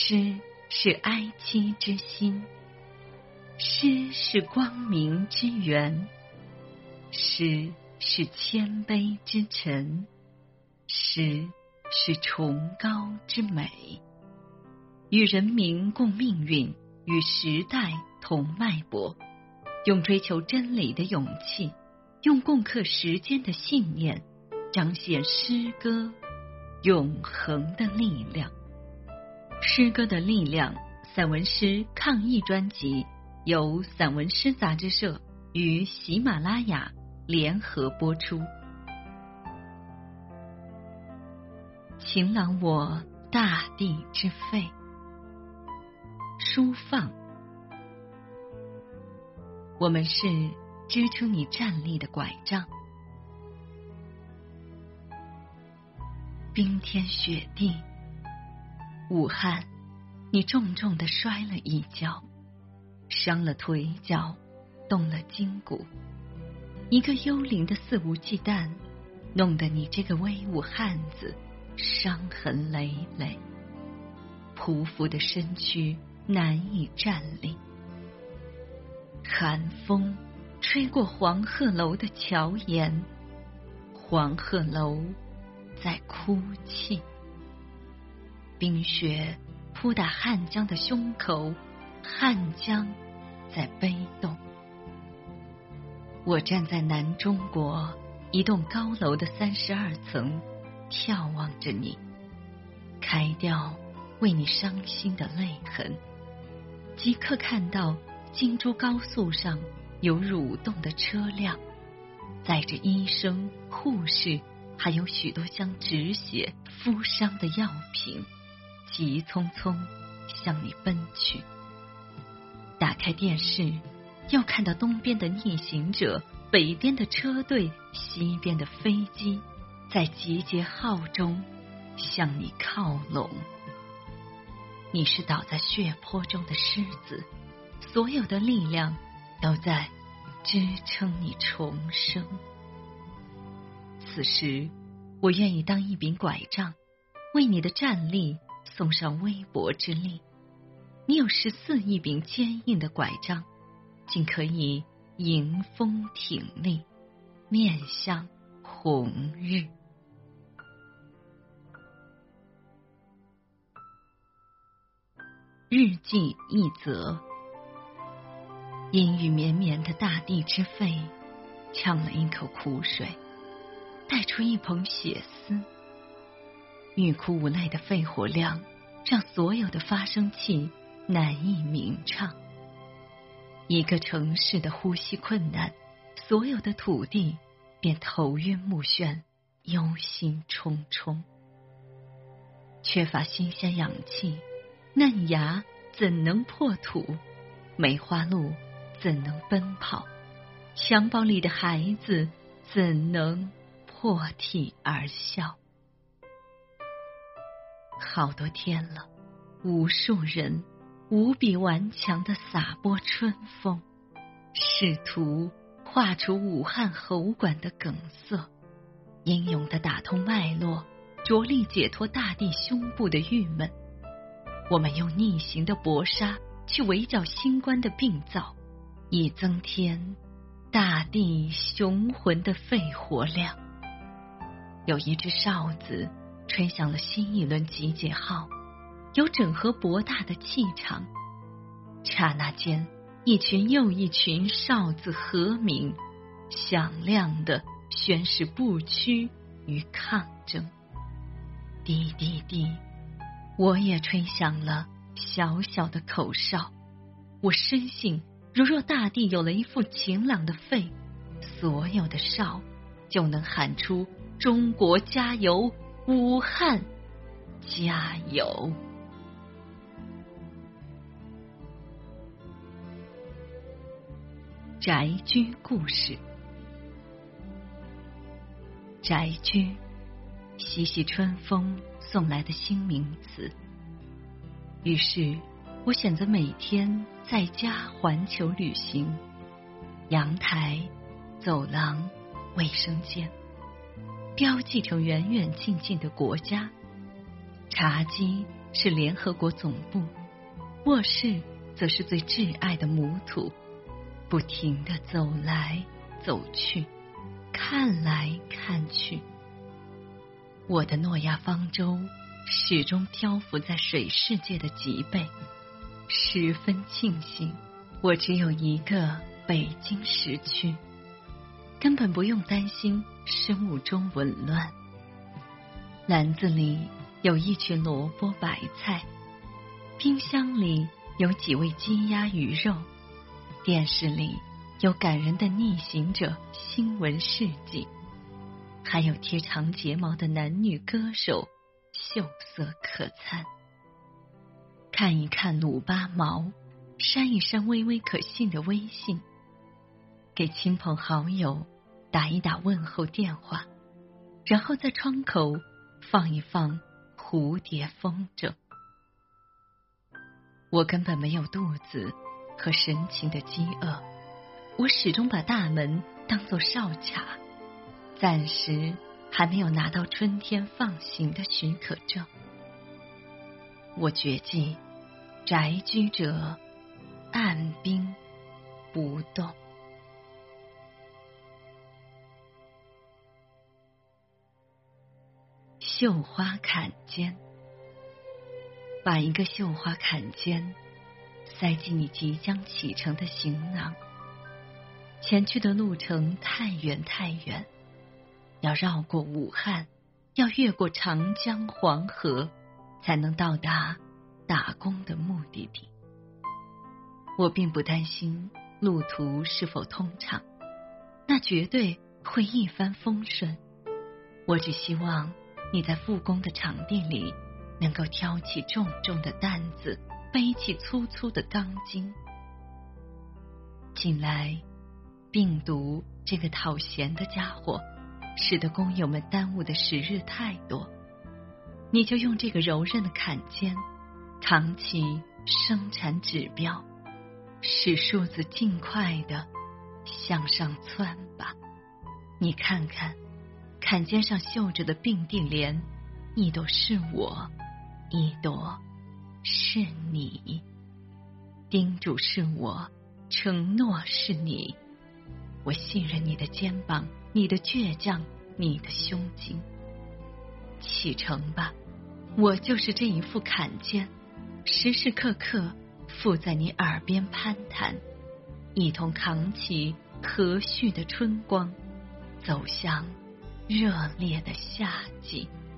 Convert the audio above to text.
诗是哀戚之心，诗是光明之源，诗是谦卑之臣，诗是崇高之美。与人民共命运，与时代同脉搏，用追求真理的勇气，用共克时间的信念，彰显诗歌永恒的力量。诗歌的力量散文诗抗疫专辑由散文诗杂志社与喜马拉雅联合播出。情朗我大地之肺，舒放。我们是支撑你站立的拐杖。冰天雪地，武汉，你重重地摔了一跤，伤了腿脚，动了筋骨。一个幽灵的肆无忌惮，弄得你这个威武汉子伤痕累累，匍匐的身躯难以站立。寒风吹过黄鹤楼的桥檐，黄鹤楼在哭泣。冰雪扑打汉江的胸口，汉江在悲动。我站在南中国一栋高楼的32层，眺望着你，开掉为你伤心的泪痕。即刻看到京珠高速上有蠕动的车辆，载着医生、护士，还有许多箱止血、敷伤的药品，急匆匆向你奔去。打开电视，又看到东边的逆行者，北边的车队，西边的飞机，在集结号中向你靠拢。你是倒在血泊中的狮子，所有的力量都在支撑你重生。此时，我愿意当一柄拐杖，为你的站立送上微薄之力。你有14亿柄坚硬的拐杖，竟可以迎风挺立，面向红日。日记一则。阴雨绵绵的大地之肺，呛了一口苦水，带出一捧血丝。欲哭无泪的肺活量，让所有的发声器难以鸣唱。一个城市的呼吸困难，所有的土地便头晕目眩，忧心忡忡。缺乏新鲜氧气，嫩芽怎能破土？梅花鹿怎能奔跑？襁褓里的孩子怎能破涕而笑？好多天了，无数人无比顽强地洒播春风，试图画出武汉喉管的梗塞，英勇地打通脉络，着力解脱大地胸部的郁闷。我们用逆行的搏杀去围剿新冠的病灶，以增添大地雄浑的肺活量。有一只哨子吹响了新一轮集结号，有整合博大的气场。刹那间，一群又一群哨子和鸣，响亮地宣示不屈与抗争。滴滴滴，我也吹响了小小的口哨。我深信，如若大地有了一副晴朗的肺，所有的哨就能喊出中国加油，武汉加油。宅居故事。宅居，习习春风送来的新名词。于是我选择每天在家环球旅行，阳台、走廊、卫生间，标记成远远近近的国家。茶几、 是联合国总部，卧室则是最挚爱的母土，不停地走来走去，看来看去。我的诺亚方舟始终漂浮在水世界的脊背，十分庆幸我只有一个北京时区，根本不用担心生物钟紊乱。篮子里有一群萝卜白菜，冰箱里有几味鸡鸭鱼肉，电视里有感人的逆行者新闻事迹，还有贴长睫毛的男女歌手，秀色可餐。看一看鲁八毛，删一删微微可信的微信，给亲朋好友打一打问候电话，然后在窗口放一放蝴蝶风筝。我根本没有肚子和神情的饥饿，我始终把大门当作哨卡，暂时还没有拿到春天放行的许可证。我决计宅居者按兵不动。绣花坎肩，把一个绣花坎肩塞进你即将启程的行囊。前去的路程太远太远，要绕过武汉，要越过长江黄河，才能到达打工的目的地。我并不担心路途是否通畅，那绝对会一帆风顺。我只希望你在复工的场地里能够挑起重重的担子，背起粗粗的钢筋。近来病毒这个讨嫌的家伙使得工友们耽误的时日太多，你就用这个柔韧的坎肩扛起生产指标，使数字尽快的向上窜吧。你看看坎肩上绣着的并蒂莲，一朵是我，一朵是你。叮嘱是我，承诺是你。我信任你的肩膀，你的倔强，你的胸襟。启程吧，我就是这一副坎肩，时时刻刻附在你耳边攀谈，一同扛起和煦的春光，走向热烈的夏季。